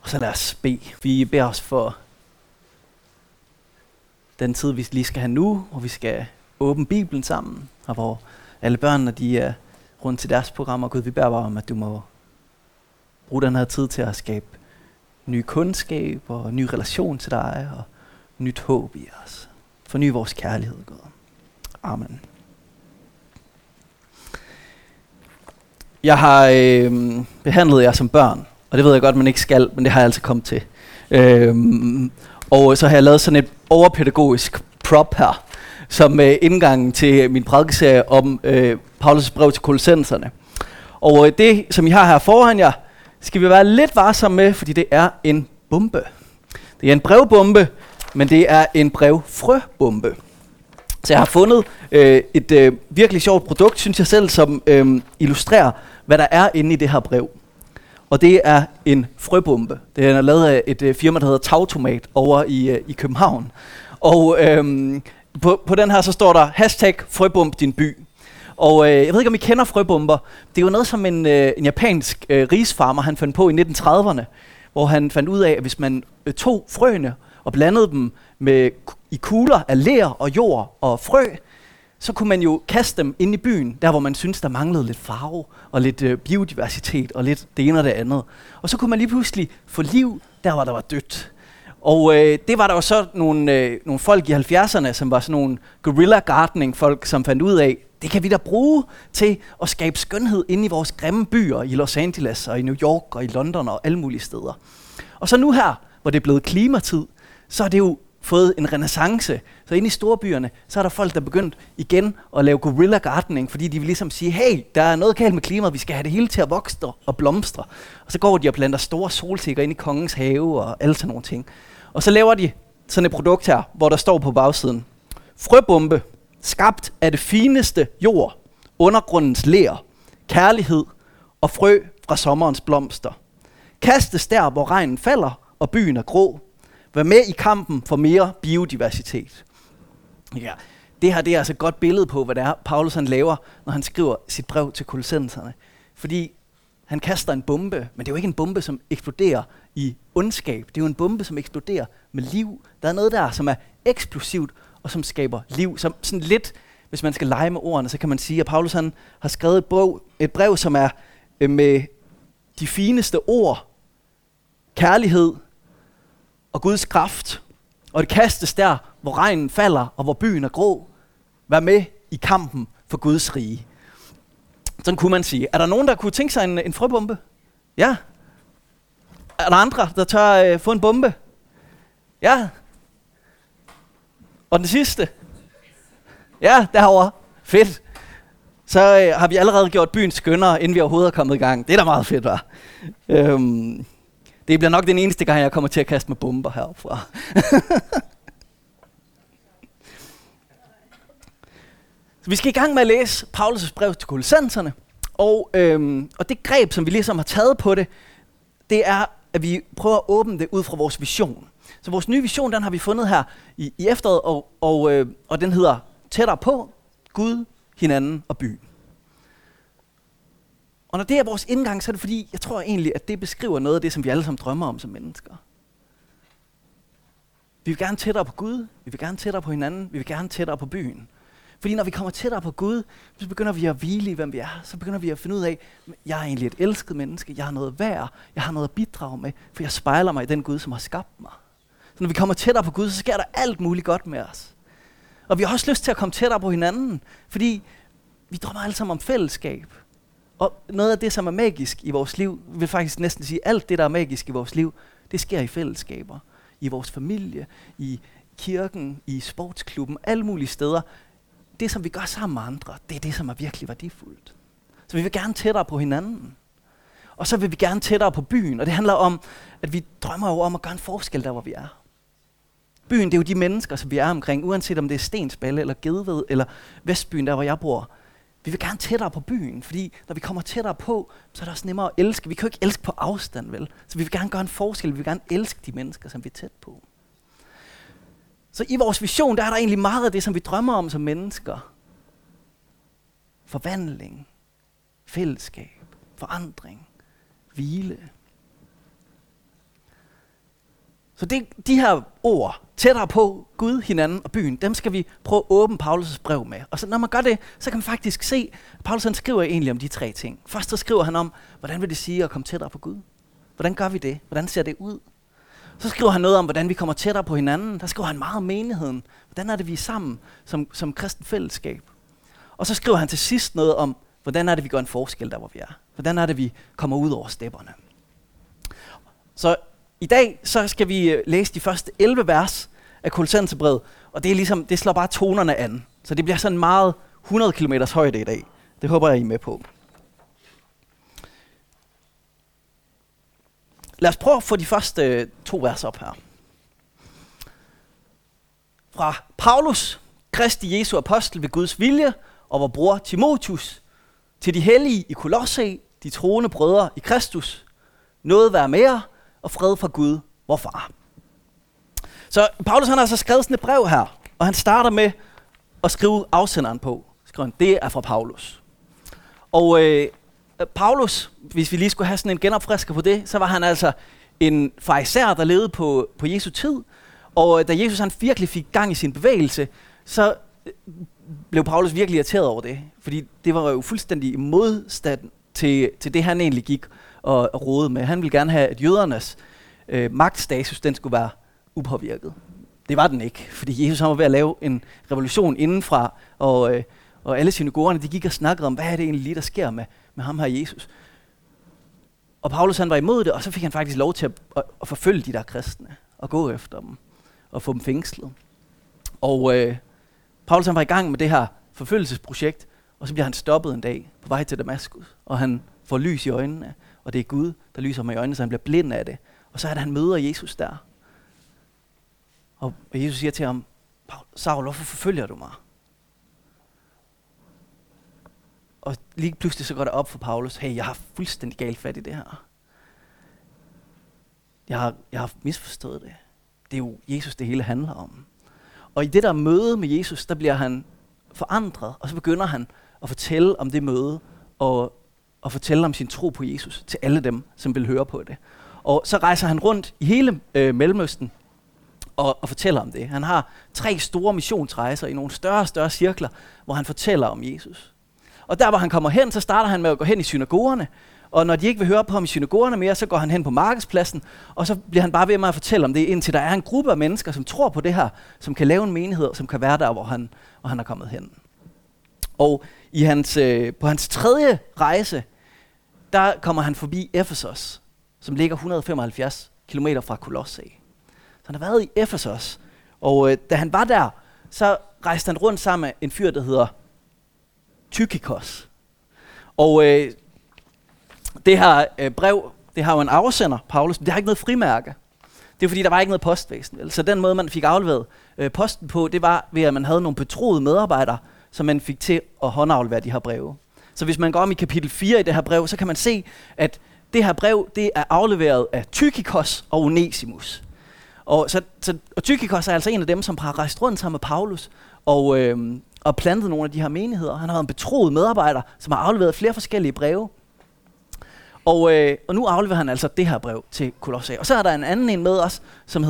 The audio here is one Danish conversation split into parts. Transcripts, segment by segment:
Så lad os bede. Vi beder os for den tid, vi lige skal have nu, hvor vi skal åbne Bibelen sammen, og hvor alle børnene de er rundt til deres programmer. Gud, vi beder bare om, at du må bruge den her tid til at skabe ny kundskab og ny relation til dig og nyt håb i os. Forny vores kærlighed, Gud. Amen. Jeg har behandlet jer som børn, og det ved jeg godt, man ikke skal, men det har jeg altså kommet til. Og så har jeg lavet sådan et overpædagogisk prop her, som indgangen til min prædikeserie om Paulus' brev til Kolossenserne. Og det, som I har her foran jer, skal vi være lidt varsomme med, fordi det er en bombe. Det er en brevbombe, men det er en brevfrøbombe. Så jeg har fundet et virkelig sjovt produkt, synes jeg selv, som illustrerer, hvad der er inde i det her brev. Og det er en frøbombe. Det er lavet af et firma, der hedder Tautomat over i København. Og på den her så står der #frøbomb din by. Og jeg ved ikke, om I kender frøbomber. Det er jo noget, som en japansk risfarmer han fandt på i 1930'erne, hvor han fandt ud af, at hvis man tog frøene og blandede dem i kugler af ler og jord og frø, så kunne man jo kaste dem ind i byen, der hvor man synes der manglede lidt farve og lidt biodiversitet og lidt det ene og det andet. Og så kunne man lige pludselig få liv der hvor der var dødt. Og det var der jo så nogle folk i 70'erne, som var sådan nogle guerilla gardening folk, som fandt ud af, det kan vi da bruge til at skabe skønhed inde i vores grimme byer i Los Angeles og i New York og i London og alle mulige steder. Og så nu her, hvor det er blevet klimatid, så er det jo fået en renæssance. Så inde i storbyerne, så er der folk, der er begyndt igen at lave guerilla gardening, fordi de vil ligesom sige, hey, der er noget galt med klimaet, vi skal have det hele til at vokse og blomstre. Og så går de og planter store solsikker ind i kongens have og alle sådan nogle ting. Og så laver de sådan et produkt her, hvor der står på bagsiden, frøbombe, skabt af det fineste jord, undergrundens ler, kærlighed og frø fra sommerens blomster. Kastes der, hvor regnen falder og byen er grå. Vær med i kampen for mere biodiversitet. Ja, det her det er altså et godt billede på, hvad det er, Paulus han laver, når han skriver sit brev til Kolossenserne. Fordi han kaster en bombe, men det er jo ikke en bombe, som eksploderer i ondskab. Det er jo en bombe, som eksploderer med liv. Der er noget der, som er eksplosivt og som skaber liv. Som sådan lidt, hvis man skal lege med ordene, så kan man sige, at Paulus han har skrevet et brev, som er med de fineste ord, kærlighed og Guds kraft. Og det kastes der, hvor regnen falder og hvor byen er grå. Vær med i kampen for Guds rige. Sådan kunne man sige. Er der nogen, der kunne tænke sig en frøbombe? Ja. Er der andre, der tør få en bombe? Ja. Og den sidste? Ja, derovre. Fedt. Så har vi allerede gjort byen skønnere, inden vi overhovedet er kommet i gang. Det er da meget fedt, hva'? Det bliver nok den eneste gang, jeg kommer til at kaste med bomber heroppe fra. Så vi skal i gang med at læse Paulus' brev til Kolossenserne. Og det greb, som vi ligesom har taget på det, det er, at vi prøver at åbne det ud fra vores vision. Så vores nye vision, den har vi fundet her i efteråret, og den hedder Tættere på, Gud, hinanden og byen. Og når det er vores indgang, så er det fordi, jeg tror egentlig, at det beskriver noget af det, som vi alle sammen drømmer om som mennesker. Vi vil gerne tættere på Gud, vi vil gerne tættere på hinanden, vi vil gerne tættere på byen. Fordi når vi kommer tættere på Gud, så begynder vi at hvile i, hvem vi er. Så begynder vi at finde ud af, at jeg er egentlig et elsket menneske, jeg har noget værd, jeg har noget at bidrage med, for jeg spejler mig i den Gud, som har skabt mig. Så når vi kommer tættere på Gud, så sker der alt muligt godt med os. Og vi har også lyst til at komme tættere på hinanden, fordi vi drømmer alle sammen om fællesskab. Og noget af det, som er magisk i vores liv, vil faktisk næsten sige, alt det, der er magisk i vores liv, det sker i fællesskaber. I vores familie, i kirken, i sportsklubben, alle mulige steder. Det, som vi gør sammen med andre, det er det, som er virkelig værdifuldt. Så vi vil gerne tættere på hinanden. Og så vil vi gerne tættere på byen. Og det handler om, at vi drømmer jo om at gøre en forskel der, hvor vi er. Byen, det er jo de mennesker, som vi er omkring, uanset om det er Stensballe eller Gedved eller Vestbyen, der hvor jeg bor. Vi vil gerne tættere på byen, fordi når vi kommer tættere på, så er det også nemmere at elske. Vi kan jo ikke elske på afstand, vel? Så vi vil gerne gøre en forskel, vi vil gerne elske de mennesker, som vi er tæt på. Så i vores vision, der er der egentlig meget af det, som vi drømmer om som mennesker. Forvandling, fællesskab, forandring, hvile. Så de her ord, tættere på Gud, hinanden og byen, dem skal vi prøve at åbne Paulus' brev med. Og så når man gør det, så kan man faktisk se, at Paulus han skriver egentlig om de 3 ting. Først så skriver han om, hvordan vil det sige at komme tættere på Gud? Hvordan gør vi det? Hvordan ser det ud? Så skriver han noget om, hvordan vi kommer tættere på hinanden. Der skriver han meget om menigheden. Hvordan er det, vi er sammen som kristen fællesskab? Og så skriver han til sidst noget om, hvordan er det, vi gør en forskel der, hvor vi er. Hvordan er det, vi kommer ud over stepperne. Så i dag så skal vi læse de første 11 vers af Kolossenserbrevet, og det er ligesom, det slår bare tonerne an. Så det bliver sådan meget 100 km højde i dag. Det håber jeg, I er med på. Lad os prøve at få de første 2 vers op her. Fra Paulus, Kristi Jesu apostel ved Guds vilje, og vor bror Timotheus, til de hellige i Kolosse, de troende brødre i Kristus, noget være mere, og fred fra Gud, vor far. Så Paulus han har altså skrevet sådan et brev her, og han starter med at skrive afsenderen på. Skriver han, det er fra Paulus. Og Paulus, hvis vi lige skulle have sådan en genopfrisker på det, så var han altså en farisæer, der levede på Jesu tid. Og da Jesus han virkelig fik gang i sin bevægelse, så blev Paulus virkelig irriteret over det. Fordi det var jo fuldstændig i modstand til det, han egentlig gik og rodede med. Han ville gerne have, at jødernes magtstatus, den skulle være upåvirket. Det var den ikke, fordi Jesus han var ved at lave en revolution indenfra, og alle synagogerne, de gik og snakkede om, hvad er det egentlig lige, der sker med ham her Jesus. Og Paulus han var imod det, og så fik han faktisk lov til at forfølge de der kristne, og gå efter dem, og få dem fængslet. Og Paulus han var i gang med det her forfølgelsesprojekt, og så bliver han stoppet en dag på vej til Damaskus, og han får lys i øjnene, og det er Gud, der lyser ham i øjnene, så han bliver blind af det. Og så er det, han møder Jesus der. Og Jesus siger til ham, Saul, hvorfor forfølger du mig? Og lige pludselig så går det op for Paulus, hey, jeg har fuldstændig galt fat i det her. Jeg har misforstået det. Det er jo Jesus, det hele handler om. Og i det der møde med Jesus, der bliver han forandret, og så begynder han at fortælle om det møde, og fortælle om sin tro på Jesus til alle dem, som vil høre på det. Og så rejser han rundt i hele Mellemøsten og fortæller om det. Han har 3 store missionsrejser i nogle større cirkler, hvor han fortæller om Jesus. Og der hvor han kommer hen, så starter han med at gå hen i synagogerne, og når de ikke vil høre på ham i synagogerne mere, så går han hen på markedspladsen, og så bliver han bare ved med at fortælle om det, indtil der er en gruppe af mennesker, som tror på det her, som kan lave en menighed, og som kan være der, hvor han er kommet hen. Og på hans 3. rejse, der kommer han forbi Efesos, som ligger 175 km fra Kolosse. Så han har været i Efesos, og da han var der, så rejste han rundt sammen med en fyr, der hedder Tychikos. Og det her brev, det har jo en afsender, Paulus, men det har ikke noget frimærke. Det er fordi, der var ikke noget postvæsen. Vel? Så den måde, man fik afleveret posten på, det var ved, at man havde nogle betroede medarbejdere, som man fik til at håndaflevere de her breve. Så hvis man går om i kapitel 4 i det her brev, så kan man se, at det her brev, det er afleveret af Tychikos og Onesimus. Og Tychikos er altså en af dem, som har rejst rundt sammen med Paulus og plantet nogle af de her menigheder. Han har været en betroet medarbejder, som har afleveret flere forskellige breve. Og nu afleverer han altså det her brev til Kolosse. Og så er der en anden en med os, som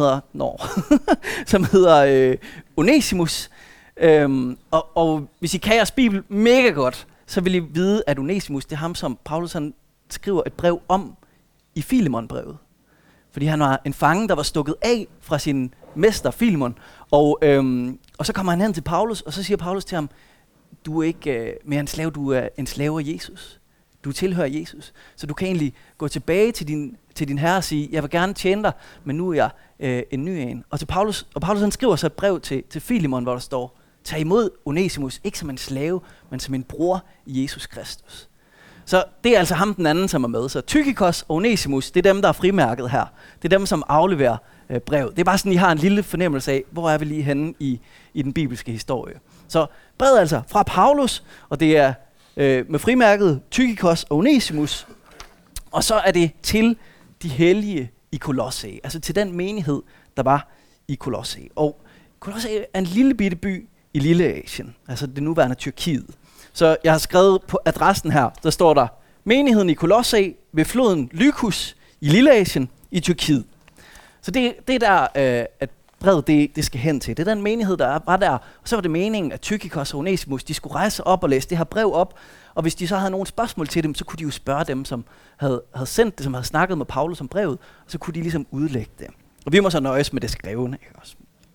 hedder Onesimus. Og hvis I kan jeres bibel mega godt, så vil I vide, at Onesimus, det er ham, som Paulus han skriver et brev om i Filemon-brevet. Fordi han var en fange, der var stukket af fra sin mester Filemon. Og så kommer han hen til Paulus, og så siger Paulus til ham, du er ikke mere en slave, du er en slave af Jesus. Du tilhører Jesus. Så du kan egentlig gå tilbage til din herre og sige, jeg vil gerne tjene dig, men nu er jeg en ny en. Og Paulus han skriver så et brev til Filemon, hvor der står, tag imod Onesimus, ikke som en slave, men som en bror i Jesus Kristus. Så det er altså ham den anden, som er med. Så Tychikos og Onesimus, det er dem, der er frimærket her. Det er dem, som afleverer brevet. Det er bare sådan, I har en lille fornemmelse af, hvor er vi lige henne i den bibelske historie. Så brevet altså fra Paulus, og det er med frimærket Tychikos og Onesimus. Og så er det til de hellige i Kolosse, altså til den menighed, der var i Kolosse. Og Kolosse er en lille bitte by i Lilleasien, altså det nuværende Tyrkiet. Så jeg har skrevet på adressen her, der står der, menigheden i Kolosse ved floden Lykus i Lilleasien i Tyrkiet. Så det er der, at brevet det skal hen til. Det er den menighed, der var der. Og så var det meningen, at Tychikos og Onesimus, de skulle rejse op og læse det her brev op. Og hvis de så havde nogle spørgsmål til dem, så kunne de jo spørge dem, som havde sendt det, som havde snakket med Paulus om brevet. Og så kunne de ligesom udlægge det. Og vi må så nøjes med det skrevne, ikke også?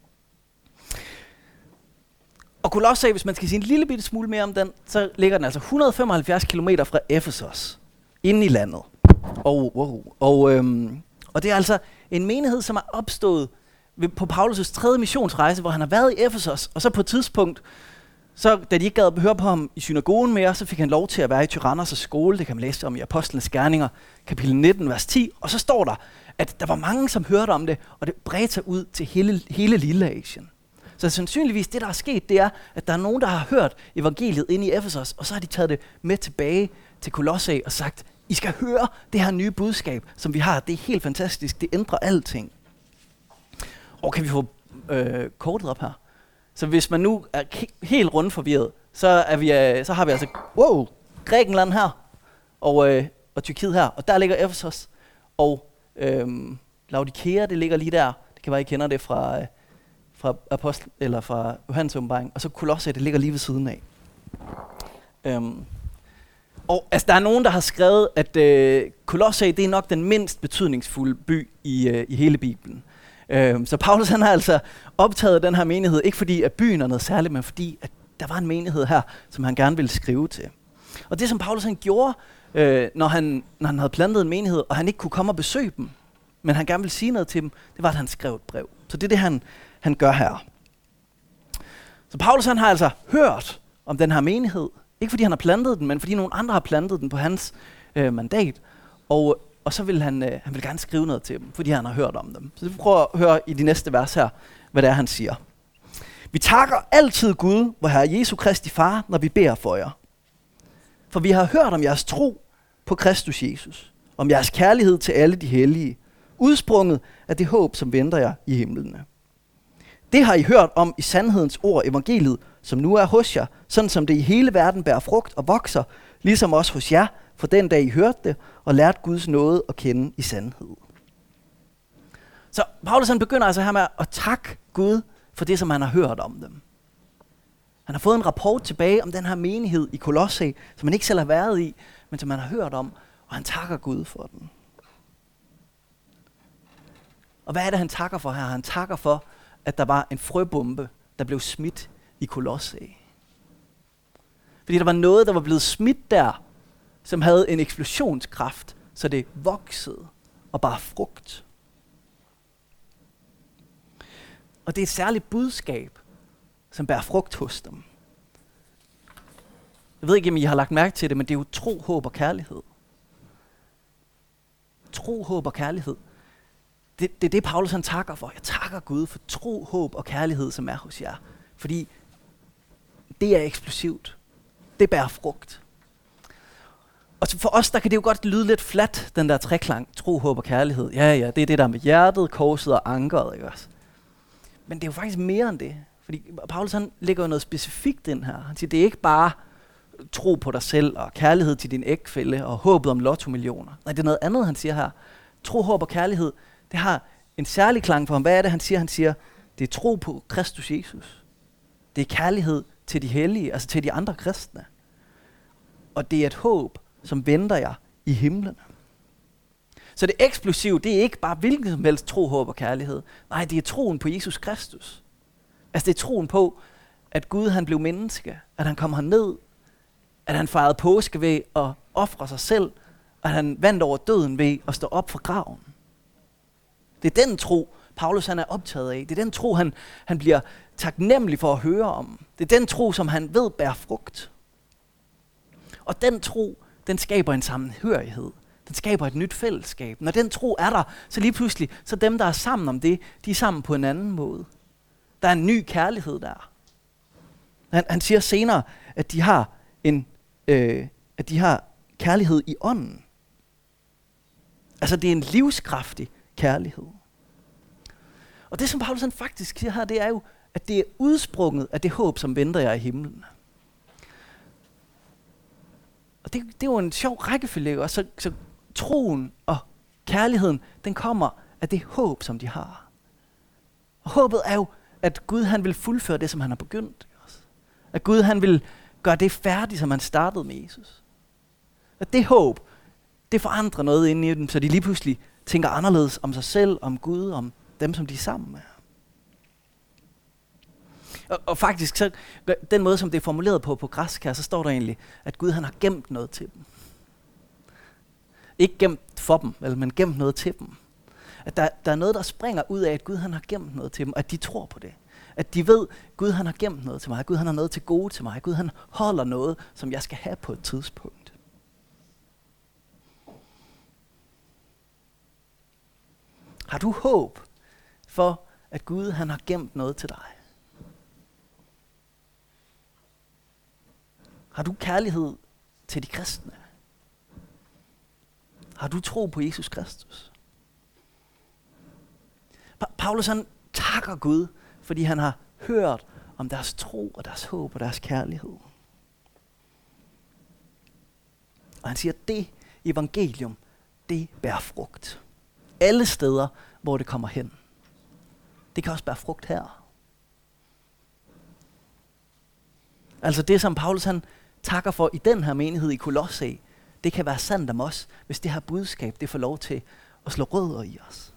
Og Kolosse, hvis man skal sige en lille bitte smule mere om den, så ligger den altså 175 kilometer fra Efesos, inde i landet. Og det er altså en menighed, som er opstået på Paulus' 3. missionsrejse, hvor han har været i Efesos, og så på et tidspunkt, så da de ikke gad høre på ham i synagogen mere, så fik han lov til at være i Tyrannos' skole. Det kan man læse om i Apostlenes Gerninger, kapitel 19, vers 10. Og så står der, at der var mange, som hørte om det, og det bredte sig ud til hele Lilleasien. Så sandsynligvis det, der er sket, det er, at der er nogen, der har hørt evangeliet inde i Efesos, og så har de taget det med tilbage til Kolosse og sagt, I skal høre det her nye budskab, som vi har. Det er helt fantastisk. Det ændrer alting. Og kan vi få kortet op her? Så hvis man nu er helt rundt forvirret, så har vi altså Grækenland her, og Tyrkiet her, og der ligger Efesos, og Laodikea, det ligger lige der. Det kan være, I kender det fra Apostel eller fra Johannes åbenbaring, og så Kolosse, det ligger lige ved siden af. Og altså, der er nogen, der har skrevet, at Kolosse, det er nok den mindst betydningsfulde by i hele Bibelen. Så Paulus, han har altså optaget den her menighed, ikke fordi at byen er noget særligt, men fordi at der var en menighed her, som han gerne ville skrive til. Og det, som Paulus han gjorde, når han havde plantet en menighed, og han ikke kunne komme og besøge dem, men han gerne ville sige noget til dem, det var, at han skrev et brev. Så det er det, han gør her. Så Paulus, han har altså hørt om den her menighed, ikke fordi han har plantet den, men fordi nogle andre har plantet den på hans mandat, og så vil han vil gerne skrive noget til dem, fordi han har hørt om dem. Så vi prøver at høre i de næste vers her, hvad det er, han siger. Vi takker altid Gud, vor Herre Jesu Kristi Far, når vi beder for jer. For vi har hørt om jeres tro på Kristus Jesus, om jeres kærlighed til alle de hellige, udsprunget af det håb, som venter jer i himlene. Det har I hørt om i sandhedens ord, evangeliet, som nu er hos jer, sådan som det i hele verden bærer frugt og vokser, ligesom også hos jer, for den dag I hørte det, og lærte Guds nåde at kende i sandhed. Så Paulus han begynder altså her med at takke Gud for det, som han har hørt om dem. Han har fået en rapport tilbage om den her menighed i Kolosse, som han ikke selv har været i, men som han har hørt om, og han takker Gud for den. Og hvad er det, han takker for her? Han takker for, at der var en frøbombe, der blev smidt i Kolosse. Fordi der var noget, der var blevet smidt der, som havde en eksplosionskraft, så det voksede og bar frugt. Og det er et særligt budskab, som bærer frugt hos dem. Jeg ved ikke, om I har lagt mærke til det, men det er jo tro, håb og kærlighed. Tro, håb og kærlighed. Det er det, Paulus han takker for. Jeg takker Gud for tro, håb og kærlighed, som er hos jer. Fordi det er eksplosivt. Det bærer frugt. Og for os, der kan det jo godt lyde lidt fladt, den der treklang. Tro, håb og kærlighed. Ja, det er det der med hjertet, korset og ankeret, ikke også? Men det er jo faktisk mere end det. Fordi Paulus han lægger jo noget specifikt ind her. Han siger, det er ikke bare tro på dig selv og kærlighed til din ægtefælle og håbet om lotto-millioner. Nej, det er noget andet, han siger her. Tro, håb og kærlighed, det har en særlig klang for ham. Hvad er det, han siger? Han siger, det er tro på Kristus Jesus. Det er kærlighed til de hellige, altså til de andre kristne. Og det er et håb, som venter jer i himlen. Så det eksplosive, det er ikke bare hvilken som helst tro, håb og kærlighed. Nej, det er troen på Jesus Kristus. Altså det er troen på, at Gud han blev menneske, at han kom herned, at han fejrede påske ved at ofre sig selv, at han vandt over døden ved at stå op fra graven. Det er den tro, Paulus han er optaget af. Det er den tro, han bliver taknemmelig for at høre om. Det er den tro, som han ved bærer frugt. Og den tro, den skaber en sammenhørighed. Den skaber et nyt fællesskab. Når den tro er der, så lige pludselig, så dem, der er sammen om det, de er sammen på en anden måde. Der er en ny kærlighed der. Han siger senere, at de har kærlighed i ånden. Altså det er en livskraftig kærlighed. Og det, som Paulus han faktisk siger her, det er jo, at det er udsprunget af det håb, som venter jer i himlen. Og det er jo en sjov rækkefølge. Og så troen og kærligheden, den kommer af det håb, som de har. Og håbet er jo, at Gud han vil fuldføre det, som han har begyndt. At Gud han vil gøre det færdigt, som han startede med Jesus. At det håb, det forandrer noget inde i dem, så de lige pludselig tænker anderledes om sig selv, om Gud, om dem, som de er sammen med. Og faktisk, så, den måde, som det er formuleret på græsk her, så står der egentlig, at Gud han har gemt noget til dem. Ikke gemt for dem, men gemt noget til dem. At der er noget, der springer ud af, at Gud han har gemt noget til dem, at de tror på det. At de ved, at Gud han har gemt noget til mig, at Gud han har noget til gode til mig, at Gud han holder noget, som jeg skal have på et tidspunkt. Har du håb for, at Gud han har gemt noget til dig? Har du kærlighed til de kristne? Har du tro på Jesus Kristus? Paulus han takker Gud, fordi han har hørt om deres tro og deres håb og deres kærlighed. Og han siger, at det evangelium, det bærer frugt. Alle steder, hvor det kommer hen. Det kan også bære frugt her. Altså det, som Paulus han takker for i den her menighed i Kolosse, det kan være sandt om os, hvis det her budskab, det får lov til at slå rødder i os.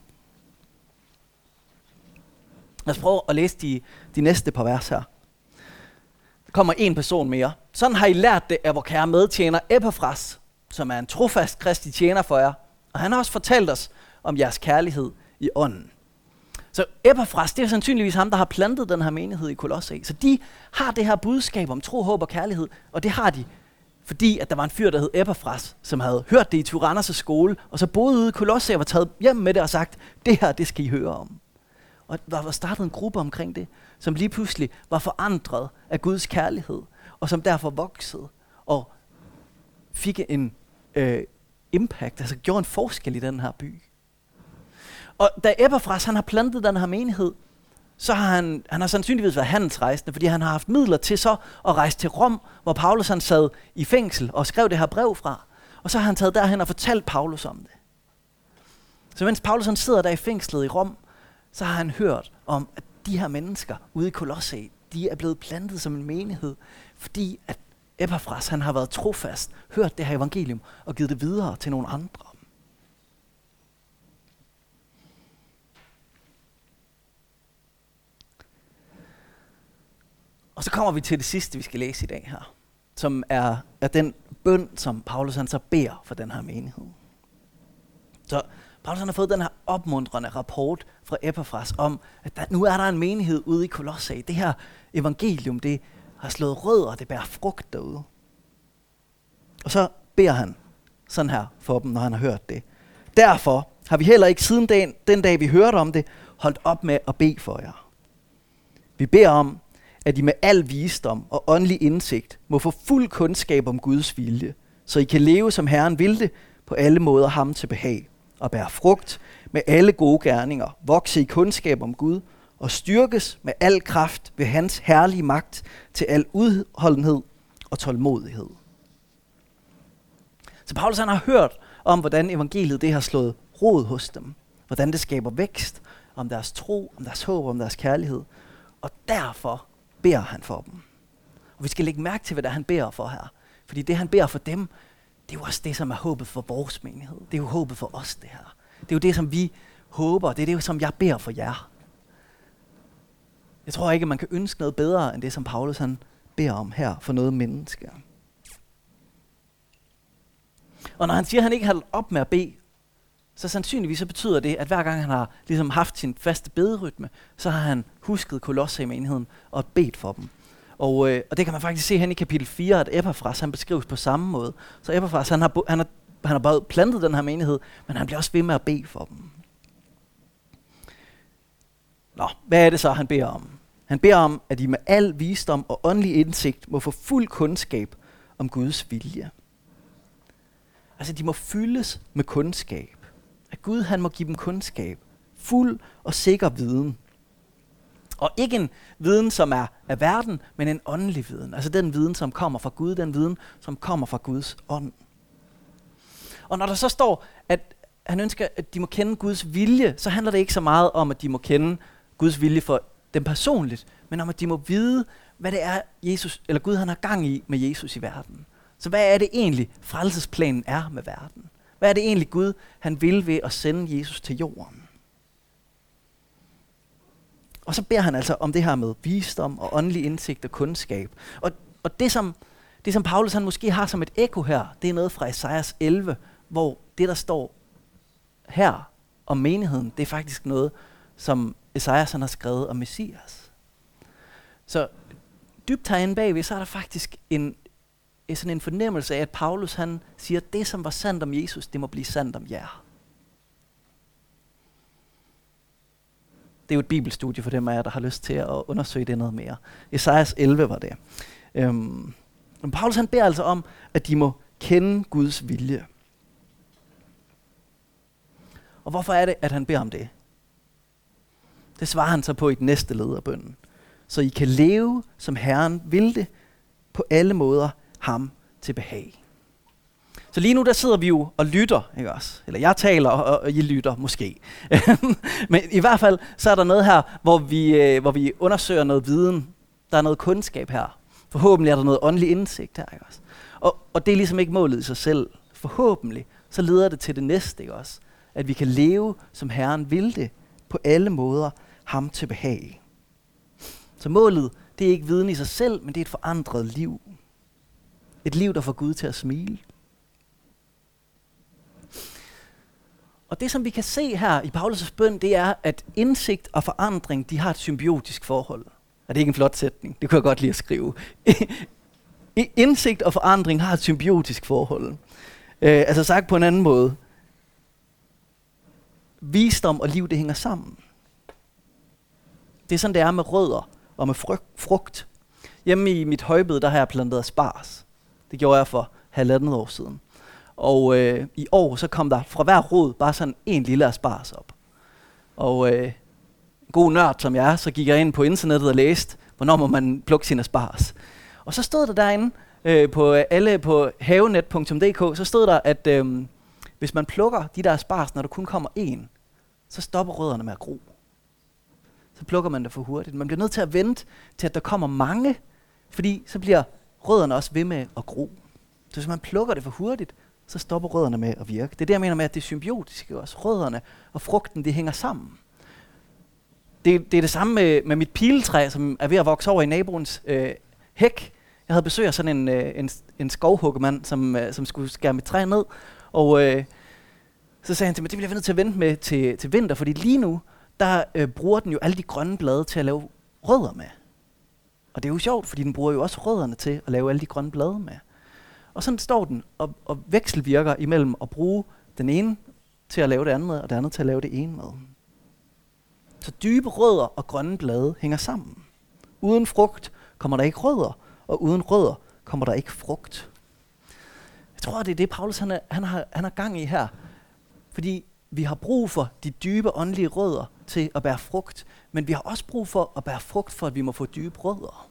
Lad os prøve at læse de næste par vers her. Der kommer en person mere. Sådan har I lært det af vor kære medtjener Epaphras, som er en trofast kristi tjener for jer. Og han har også fortalt os om jeres kærlighed i ånden. Så Epaphras, det er sandsynligvis ham, der har plantet den her menighed i Kolosse. Så de har det her budskab om tro, håb og kærlighed, og det har de, fordi at der var en fyr, der hed Epaphras, som havde hørt det i Tyrannos skole, og så boede ude i Kolosse og var taget hjem med det og sagt, det her, det skal I høre om. Og der var startet en gruppe omkring det, som lige pludselig var forandret af Guds kærlighed, og som derfor voksede og fik en impact, altså gjorde en forskel i den her by. Og da Epaphras han har plantet den her menighed, så har han har sandsynligvis været handelsrejsende, fordi han har haft midler til så at rejse til Rom, hvor Paulus han sad i fængsel og skrev det her brev fra. Og så har han taget derhen og fortalt Paulus om det. Så mens Paulus han sidder der i fængslet i Rom, så har han hørt om, at de her mennesker ude i Kolosse, de er blevet plantet som en menighed, fordi at Epaphras han har været trofast, hørt det her evangelium og givet det videre til nogle andre. Og så kommer vi til det sidste, vi skal læse i dag her, som er den bøn, som Paulus han så beder for den her menighed. Så Paulus han har fået den her opmuntrende rapport fra Epaphras om, at nu er der en menighed ude i Kolosse. Det her evangelium, det har slået rødder, det bærer frugt derude. Og så beder han sådan her for dem, når han har hørt det. Derfor har vi heller ikke siden den dag, vi hørte om det, holdt op med at bede for jer. Vi beder om, at I med al visdom og åndelig indsigt må få fuld kundskab om Guds vilje, så I kan leve som Herren vil det, på alle måder ham til behag, og bære frugt med alle gode gerninger, vokse i kundskab om Gud, og styrkes med al kraft ved hans herlige magt til al udholdenhed og tålmodighed. Så Paulus han har hørt om, hvordan evangeliet det har slået rod hos dem, hvordan det skaber vækst, om deres tro, om deres håb, om deres kærlighed, og derfor beder han for dem. Og vi skal lægge mærke til, hvad der han beder for her. Fordi det han beder for dem, det er jo også det, som er håbet for vores menighed. Det er jo håbet for os, det her. Det er jo det, som vi håber. Det er det, som jeg beder for jer. Jeg tror ikke, at man kan ønske noget bedre, end det, som Paulus han beder om her for noget menneske. Og når han siger, at han ikke har holdt op med at bede, så sandsynligvis så betyder det, at hver gang han har ligesom haft sin faste bederytme, så har han husket Kolosse i menigheden og bedt for dem. Og det kan man faktisk se hen i kapitel 4, at Epaphras han beskrives på samme måde. Så Epaphras han har bare plantet den her menighed, men han bliver også ved med at bede for dem. Nå, hvad er det så, han beder om? Han beder om, at I med al visdom og åndelig indsigt må få fuld kundskab om Guds vilje. Altså, de må fyldes med kundskab. At Gud, han må give dem kundskab. Fuld og sikker viden. Og ikke en viden, som er af verden, men en åndelig viden. Altså den viden, som kommer fra Gud, den viden, som kommer fra Guds ånd. Og når der så står, han ønsker, at de må kende Guds vilje, så handler det ikke så meget om, at de må kende Guds vilje for dem personligt, men om, at de må vide, hvad det er, Jesus, eller Gud han har gang i med Jesus i verden. Så hvad er det egentlig, frelsesplanen er med verden? Hvad er det egentlig, Gud han vil ved at sende Jesus til jorden? Og så beder han altså om det her med visdom og åndelig indsigt og kundskab. Og det som Paulus han måske har som et ekko her, det er noget fra Esajas 11, hvor det, der står her om menigheden, det er faktisk noget, som Esajas han har skrevet om Messias. Så dybt herinde bagved, så er der faktisk sådan en fornemmelse af, at Paulus han siger, at det, som var sandt om Jesus, det må blive sandt om jer. Det er jo et bibelstudie for dem af jer, der har lyst til at undersøge det noget mere. Esajas 11 var det. Men Paulus han beder altså om, at de må kende Guds vilje. Og hvorfor er det, at han beder om det? Det svarer han så på i den næste led af bønnen. Så I kan leve, som Herren vil det, på alle måder ham til behag. Så lige nu der sidder vi jo og lytter, ikke også? Eller jeg taler, og I lytter måske. Men i hvert fald så er der noget her, hvor vi undersøger noget viden. Der er noget kundskab her. Forhåbentlig er der noget åndelig indsigt her, ikke også? Og det er ligesom ikke målet i sig selv. Forhåbentlig så leder det til det næste, ikke også? At vi kan leve, som Herren vil det, på alle måder ham til behag. Så målet, det er ikke viden i sig selv, men det er et forandret liv. Et liv, der får Gud til at smile. Og det, som vi kan se her i Paulus' bøn, det er, at indsigt og forandring, de har et symbiotisk forhold. Og det er ikke en flot sætning, det kunne jeg godt lide at skrive. Indsigt og forandring har et symbiotisk forhold. Altså sagt på en anden måde. Visdom og liv, det hænger sammen. Det er sådan, det er med rødder og med frugt. Hjemme i mit højbed, der har jeg planteret spars. Det gjorde jeg for 1,5 år siden. Og i år, så kom der fra hver rod bare sådan en lille asparges op. Og god nørd som jeg er, så gik jeg ind på internettet og læste, hvornår må man plukke sin asparges. Og så stod der derinde på havenet.dk, så stod der, at hvis man plukker de der asparges, når der kun kommer en, så stopper rødderne med at gro. Så plukker man det for hurtigt. Man bliver nødt til at vente til, at der kommer mange, fordi så bliver rødderne også ved med at gro. Så hvis man plukker det for hurtigt, så stopper rødderne med at virke. Det er det, jeg mener med, at det er symbiotisk også. Rødderne og frugten, de hænger sammen. Det er det samme med mit piletræ, som er ved at vokse over i naboens hæk. Jeg havde besøg af sådan en skovhuggemand, som skulle skære mit træ ned. Og så sagde han til mig, det bliver jeg nødt til at vente med til vinter, fordi lige nu, der bruger den jo alle de grønne blade til at lave rødder med. Og det er jo sjovt, fordi den bruger jo også rødderne til at lave alle de grønne blade med. Og sådan står den og vekselvirker imellem at bruge den ene til at lave det andet med, og det andet til at lave det ene med. Så dybe rødder og grønne blade hænger sammen. Uden frugt kommer der ikke rødder, og uden rødder kommer der ikke frugt. Jeg tror, det er det, Paulus han har gang i her. Fordi vi har brug for de dybe åndelige rødder til at bære frugt, men vi har også brug for at bære frugt, for at vi må få dybe rødder.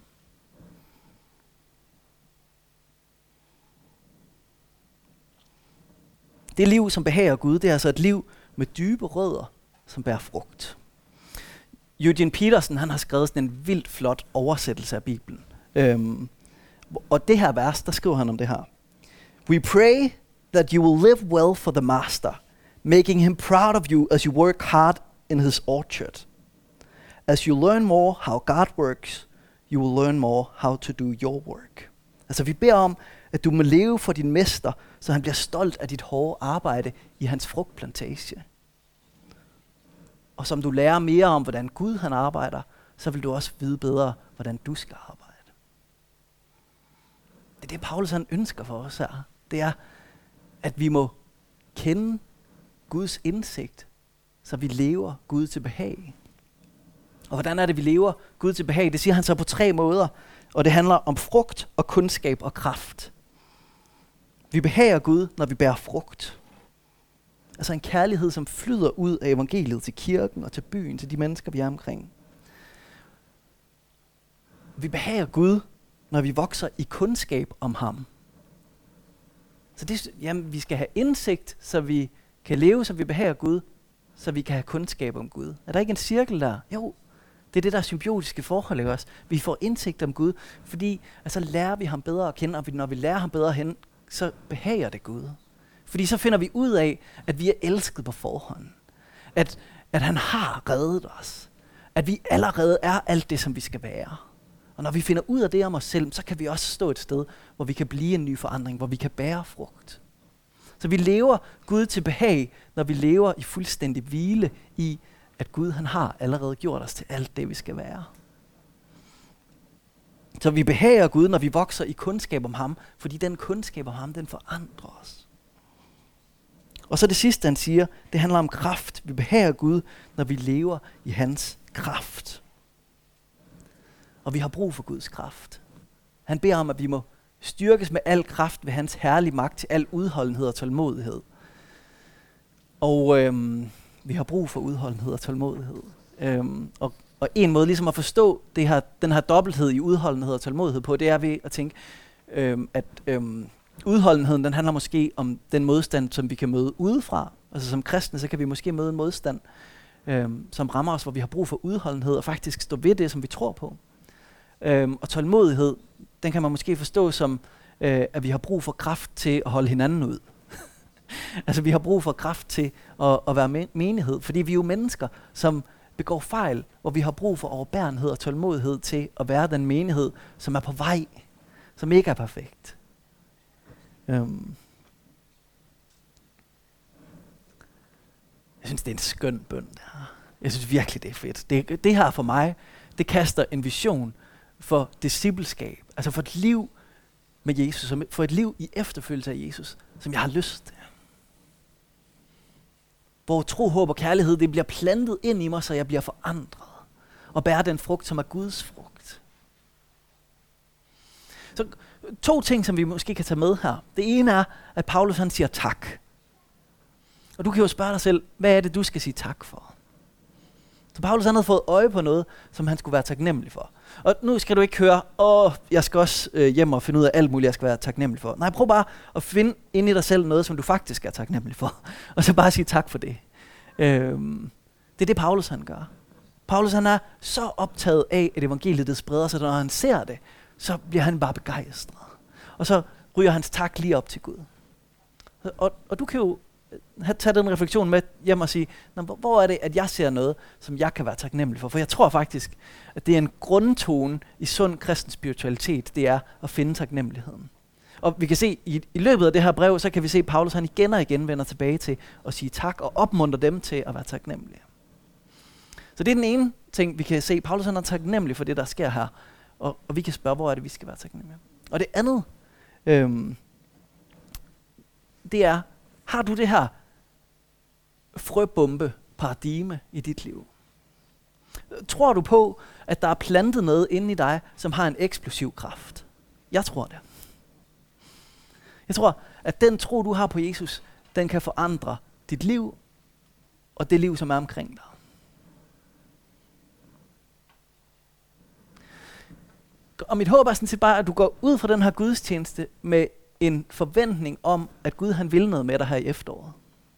Det liv, som behager Gud, det er altså et liv med dybe rødder, som bærer frugt. Eugene Peterson, han har skrevet sådan en vildt flot oversættelse af Bibelen. Og det her vers, der skriver han om det her. We pray that you will live well for the master, making him proud of you as you work hard in his orchard. As you learn more how God works, you will learn more how to do your work. Altså vi beder om, at du må leve for din mester, så han bliver stolt af dit hårde arbejde i hans frugtplantage. Og som du lærer mere om, hvordan Gud han arbejder, så vil du også vide bedre, hvordan du skal arbejde. Det er det, Paulus han ønsker for os her. Det er, at vi må kende Guds indsigt, så vi lever Gud til behag. Og hvordan er det, vi lever Gud til behag? Det siger han så på 3 måder. Og det handler om frugt og kundskab og kraft. Vi behager Gud, når vi bærer frugt. Altså en kærlighed, som flyder ud af evangeliet til kirken og til byen, til de mennesker, vi er omkring. Vi behager Gud, når vi vokser i kundskab om ham. Så det, vi skal have indsigt, så vi kan leve, som vi behager Gud, så vi kan have kundskab om Gud. Er der ikke en cirkel der? Jo, det er det der symbiotiske forhold, ikke også? Vi får indsigt om Gud, fordi så lærer vi ham bedre at kende, og når vi lærer ham bedre at kende, så behager det Gud. Fordi så finder vi ud af, at vi er elsket på forhånd. At han har reddet os. At vi allerede er alt det, som vi skal være. Og når vi finder ud af det om os selv, så kan vi også stå et sted, hvor vi kan blive en ny forandring, hvor vi kan bære frugt. Så vi lever Gud til behag, når vi lever i fuldstændig hvile i, at Gud han har allerede gjort os til alt det, vi skal være. Så vi behager Gud, når vi vokser i kundskab om ham, fordi den kundskab om ham, den forandrer os. Og så det sidste, han siger, det handler om kraft. Vi behager Gud, når vi lever i hans kraft. Og vi har brug for Guds kraft. Han beder om, at vi må styrkes med al kraft ved hans herlige magt til al udholdenhed og tålmodighed. Og vi har brug for udholdenhed og tålmodighed. Og en måde ligesom at forstå den her dobbelthed i udholdenhed og tålmodighed på, det er ved at tænke, at udholdenheden den handler måske om den modstand, som vi kan møde udefra. Altså som kristne, så kan vi måske møde en modstand, som rammer os, hvor vi har brug for udholdenhed og faktisk stå ved det, som vi tror på. Og tålmodighed, den kan man måske forstå som, at vi har brug for kraft til at holde hinanden ud. Altså vi har brug for kraft til at være menighed, fordi vi er jo mennesker, som begår fejl, hvor vi har brug for overbærenhed og tålmodighed til at være den menighed, som er på vej, som ikke er perfekt. Jeg synes, det er en skøn bøn, det her. Jeg synes virkelig, det er fedt. Det her for mig, det kaster en vision for discipleskab, altså for et liv med Jesus, for et liv i efterfølgelse af Jesus, som jeg har lyst til. Hvor tro, håb og kærlighed, det bliver plantet ind i mig, så jeg bliver forandret og bærer den frugt, som er Guds frugt. Så 2 ting, som vi måske kan tage med her. Det ene er, at Paulus han siger tak. Og du kan jo spørge dig selv, hvad er det, du skal sige tak for? Så Paulus han havde fået øje på noget, som han skulle være taknemmelig for. Og nu skal du ikke høre, jeg skal også hjem og finde ud af alt muligt, jeg skal være taknemmelig for. Nej, prøv bare at finde ind i dig selv noget, som du faktisk er taknemmelig for. Og så bare sige tak for det. Det er det, Paulus han gør. Paulus han er så optaget af, at evangeliet det spreder sig, når han ser det, så bliver han bare begejstret. Og så ryger hans tak lige op til Gud. Og du kan jo tage den refleksion med hjem og sige, hvor er det, at jeg ser noget, som jeg kan være taknemmelig for? For jeg tror faktisk, at det er en grundtone i sund kristen spiritualitet, det er at finde taknemmeligheden. Og vi kan se, i løbet af det her brev, så kan vi se, at Paulus han igen og igen vender tilbage til at sige tak og opmuntre dem til at være taknemmelige. Så det er den ene ting, vi kan se. Paulus han er taknemmelig for det, der sker her. Og vi kan spørge, hvor er det, vi skal være taknemmelige. Og det andet, det er, har du det her frøbombe paradigme i dit liv? Tror du på, at der er plantet noget inde i dig, som har en eksplosiv kraft? Jeg tror det. Jeg tror, at den tro, du har på Jesus, den kan forandre dit liv og det liv, som er omkring dig. Og mit håb er sådan set bare, at du går ud fra den her gudstjeneste med en forventning om, at Gud han vil noget med dig her i efteråret.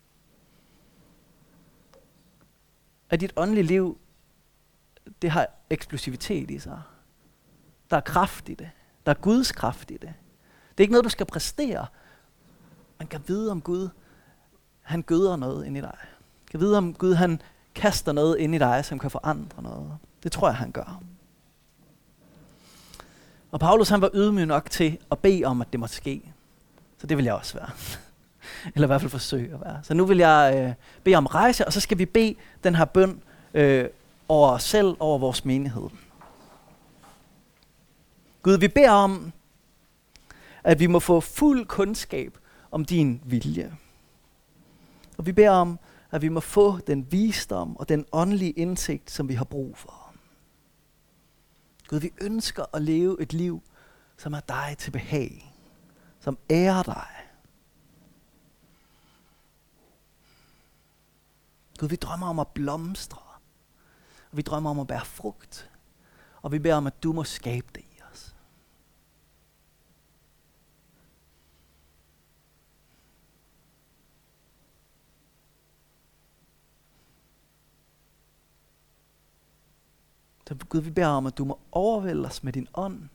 At dit åndelige liv, det har eksplosivitet i sig. Der er kraft i det. Der er Guds kraft i det. Det er ikke noget, du skal præstere. Man kan vide om Gud, han gøder noget ind i dig. Man kan vide om Gud, han kaster noget ind i dig, som kan forandre noget. Det tror jeg, han gør. Og Paulus han var ydmyg nok til at bede om, at det måtte ske. Så det vil jeg også være. Eller i hvert fald forsøge at være. Så nu vil jeg bede om rejse, og så skal vi bede den her bøn over os selv, over vores menighed. Gud, vi beder om, at vi må få fuld kundskab om din vilje. Og vi beder om, at vi må få den visdom og den åndelige indsigt, som vi har brug for. Gud, vi ønsker at leve et liv, som er dig til behag, som ærer dig. Gud, vi drømmer om at blomstre, og vi drømmer om at bære frugt, og vi beder om, at du må skabe det i os. Så Gud, vi beder om, at du må overvælde os med din ånd.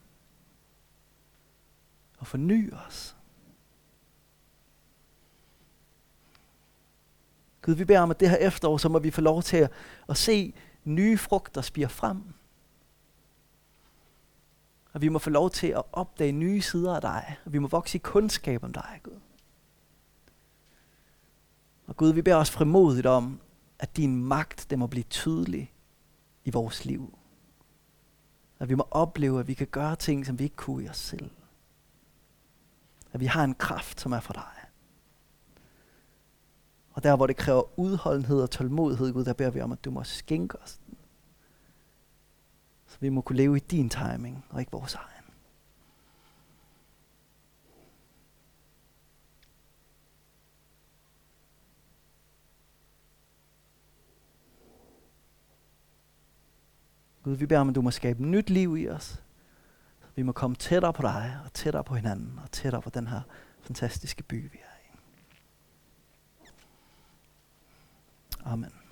Og forny os. Gud, vi beder om, at det her efterår, så må vi få lov til at se nye frugter spire frem. Og vi må få lov til at opdage nye sider af dig. Og vi må vokse i kundskab om dig, Gud. Og Gud, vi beder os frimodigt om, at din magt, den må blive tydelig i vores liv. At vi må opleve, at vi kan gøre ting, som vi ikke kunne i os selv. At vi har en kraft, som er fra dig. Og der, hvor det kræver udholdenhed og tålmodighed, Gud, der beder vi om, at du må skænke os den. Så vi må kunne leve i din timing, og ikke vores egen. Gud, vi beder om, at du må skabe nyt liv i os. Så vi må komme tættere på dig, og tættere på hinanden, og tættere på den her fantastiske by, vi er i. Amen.